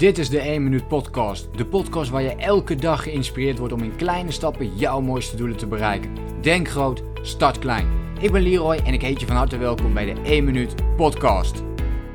Dit is de 1 Minuut Podcast. De podcast waar je elke dag geïnspireerd wordt om in kleine stappen jouw mooiste doelen te bereiken. Denk groot, start klein. Ik ben Leroy en ik heet je van harte welkom bij de 1 Minuut Podcast.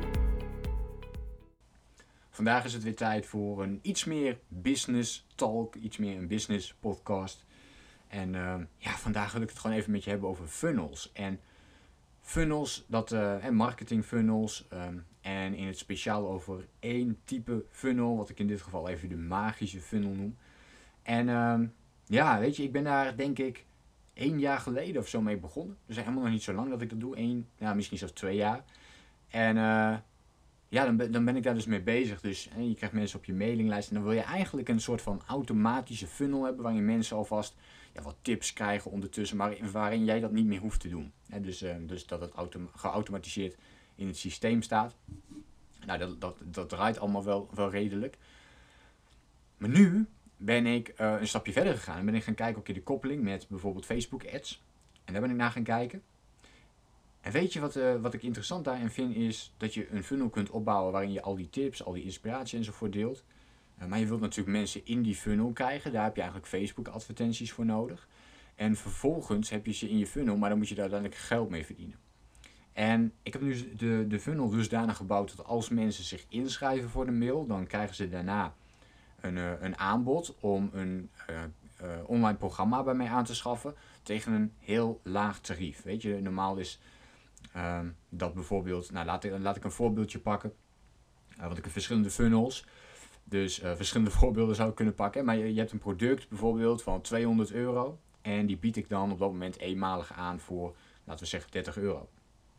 Vandaag is het weer tijd voor een iets meer business talk, iets meer een business podcast. En vandaag wil ik het gewoon even met je hebben over funnels. En funnels, marketing funnels en in het speciaal over één type funnel, wat ik in dit geval even de magische funnel noem. En ik ben daar denk ik 1 jaar geleden of zo mee begonnen. Dus helemaal nog niet zo lang dat ik dat doe, misschien zelfs 2 jaar. En dan ben ik daar dus mee bezig. Dus je krijgt mensen op je mailinglijst en dan wil je eigenlijk een soort van automatische funnel hebben waarin mensen alvast wat tips krijgen ondertussen, maar waarin jij dat niet meer hoeft te doen. Dus dat het geautomatiseerd in het systeem staat. Nou, dat draait allemaal wel redelijk. Maar nu ben ik een stapje verder gegaan en ben ik gaan kijken in de koppeling met bijvoorbeeld Facebook ads. En daar ben ik naar gaan kijken. En weet je wat ik interessant daarin vind, is dat je een funnel kunt opbouwen waarin je al die tips, al die inspiratie enzovoort deelt. Maar je wilt natuurlijk mensen in die funnel krijgen. Daar heb je eigenlijk Facebook advertenties voor nodig. En vervolgens heb je ze in je funnel, maar dan moet je daar uiteindelijk geld mee verdienen. En ik heb nu de funnel dusdanig gebouwd dat als mensen zich inschrijven voor de mail, dan krijgen ze daarna een aanbod om een online programma bij mij aan te schaffen tegen een heel laag tarief. Weet je, normaal is dat bijvoorbeeld, laat ik een voorbeeldje pakken. Want ik heb verschillende funnels. Dus verschillende voorbeelden zou ik kunnen pakken. Maar je hebt een product bijvoorbeeld van €200. En die bied ik dan op dat moment eenmalig aan voor, laten we zeggen, €30.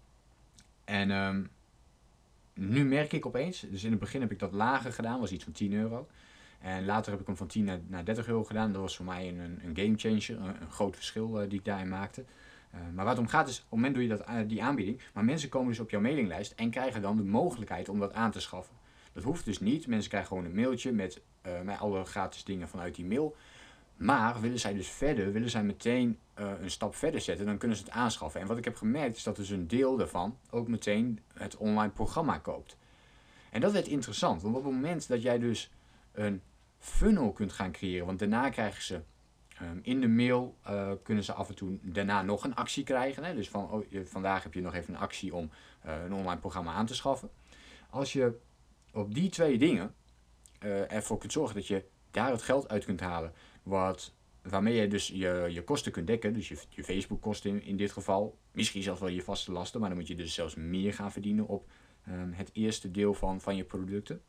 En nu merk ik opeens, dus in het begin heb ik dat lager gedaan, was iets van €10. En later heb ik hem van 10 naar €30 gedaan. Dat was voor mij een gamechanger, een groot verschil die ik daarin maakte. Maar waar het om gaat is, op het moment doe je die aanbieding, maar mensen komen dus op jouw mailinglijst en krijgen dan de mogelijkheid om dat aan te schaffen. Dat hoeft dus niet. Mensen krijgen gewoon een mailtje met alle gratis dingen vanuit die mail. Maar willen zij dus verder, willen zij meteen een stap verder zetten, dan kunnen ze het aanschaffen. En wat ik heb gemerkt is dat dus een deel daarvan ook meteen het online programma koopt. En dat werd interessant, want op het moment dat jij dus een funnel kunt gaan creëren, want daarna krijgen ze in de mail, kunnen ze af en toe daarna nog een actie krijgen. Hè? Dus vandaag heb je nog even een actie om een online programma aan te schaffen. Als je op die 2 dingen ervoor kunt zorgen dat je daar het geld uit kunt halen, waarmee je dus je kosten kunt dekken, dus je Facebook kosten in dit geval, misschien zelfs wel je vaste lasten, maar dan moet je dus zelfs meer gaan verdienen op het eerste deel van je producten.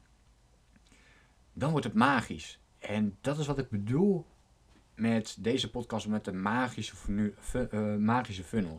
Dan wordt het magisch. En dat is wat ik bedoel met deze podcast, met de magische funnel.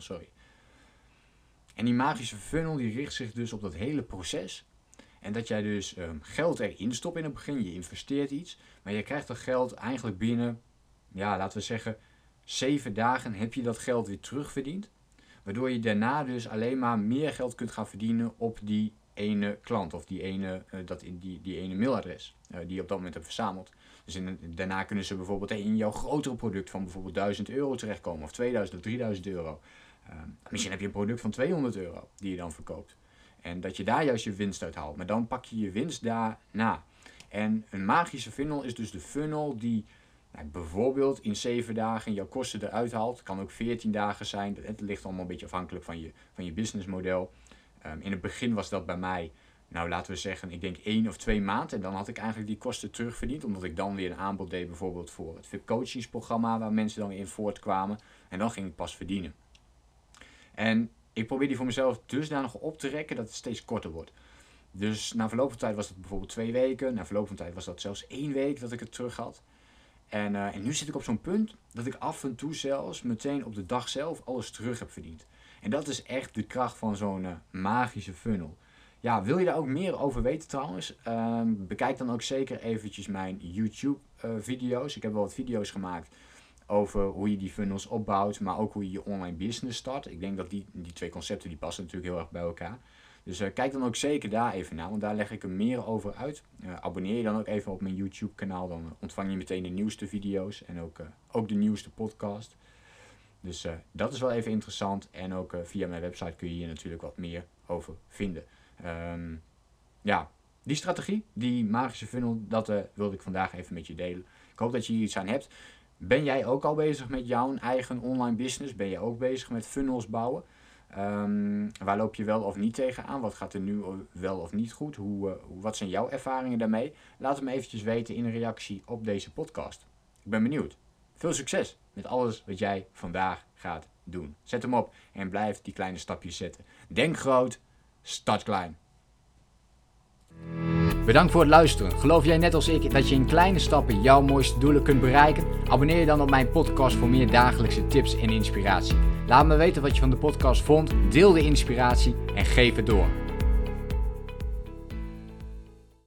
En die magische funnel die richt zich dus op dat hele proces. En dat jij dus geld erin stopt in het begin, je investeert iets, maar je krijgt dat geld eigenlijk binnen, laten we zeggen, 7 dagen heb je dat geld weer terugverdiend. Waardoor je daarna dus alleen maar meer geld kunt gaan verdienen op die ene klant of die ene mailadres die je op dat moment hebt verzameld. Dus daarna kunnen ze bijvoorbeeld in jouw grotere product van bijvoorbeeld €1000 terechtkomen of €2000 of €3000. Misschien heb je een product van €200 die je dan verkoopt. En dat je daar juist je winst uit haalt. Maar dan pak je je winst daarna. En een magische funnel is dus de funnel die bijvoorbeeld in 7 dagen jouw kosten eruit haalt. Het kan ook 14 dagen zijn. Het ligt allemaal een beetje afhankelijk van je businessmodel. In het begin was dat bij mij, laten we zeggen, ik denk 1 of 2 maanden. En dan had ik eigenlijk die kosten terugverdiend. Omdat ik dan weer een aanbod deed bijvoorbeeld voor het VIP coachingsprogramma waar mensen dan weer in voortkwamen. En dan ging ik pas verdienen. En ik probeer die voor mezelf dusdanig op te rekken dat het steeds korter wordt. Dus na verloop van tijd was dat bijvoorbeeld 2 weken. Na verloop van tijd was dat zelfs 1 week dat ik het terug had. En nu zit ik op zo'n punt dat ik af en toe zelfs meteen op de dag zelf alles terug heb verdiend. En dat is echt de kracht van zo'n magische funnel. Ja, wil je daar ook meer over weten trouwens? Bekijk dan ook zeker eventjes mijn YouTube video's. Ik heb wel wat video's gemaakt over hoe je die funnels opbouwt, maar ook hoe je je online business start. Ik denk dat die 2 concepten die passen natuurlijk heel erg bij elkaar. Dus kijk dan ook zeker daar even naar, want daar leg ik er meer over uit. Abonneer je dan ook even op mijn YouTube kanaal, dan ontvang je meteen de nieuwste video's en ook de nieuwste podcast. Dus dat is wel even interessant en ook via mijn website kun je hier natuurlijk wat meer over vinden. Die strategie, die magische funnel, dat wilde ik vandaag even met je delen. Ik hoop dat je hier iets aan hebt. Ben jij ook al bezig met jouw eigen online business? Ben je ook bezig met funnels bouwen? Waar loop je wel of niet tegenaan? Wat gaat er nu wel of niet goed? Wat zijn jouw ervaringen daarmee? Laat het me eventjes weten in een reactie op deze podcast. Ik ben benieuwd. Veel succes met alles wat jij vandaag gaat doen. Zet hem op en blijf die kleine stapjes zetten. Denk groot, start klein. Bedankt voor het luisteren. Geloof jij net als ik dat je in kleine stappen jouw mooiste doelen kunt bereiken? Abonneer je dan op mijn podcast voor meer dagelijkse tips en inspiratie. Laat me weten wat je van de podcast vond, deel de inspiratie en geef het door.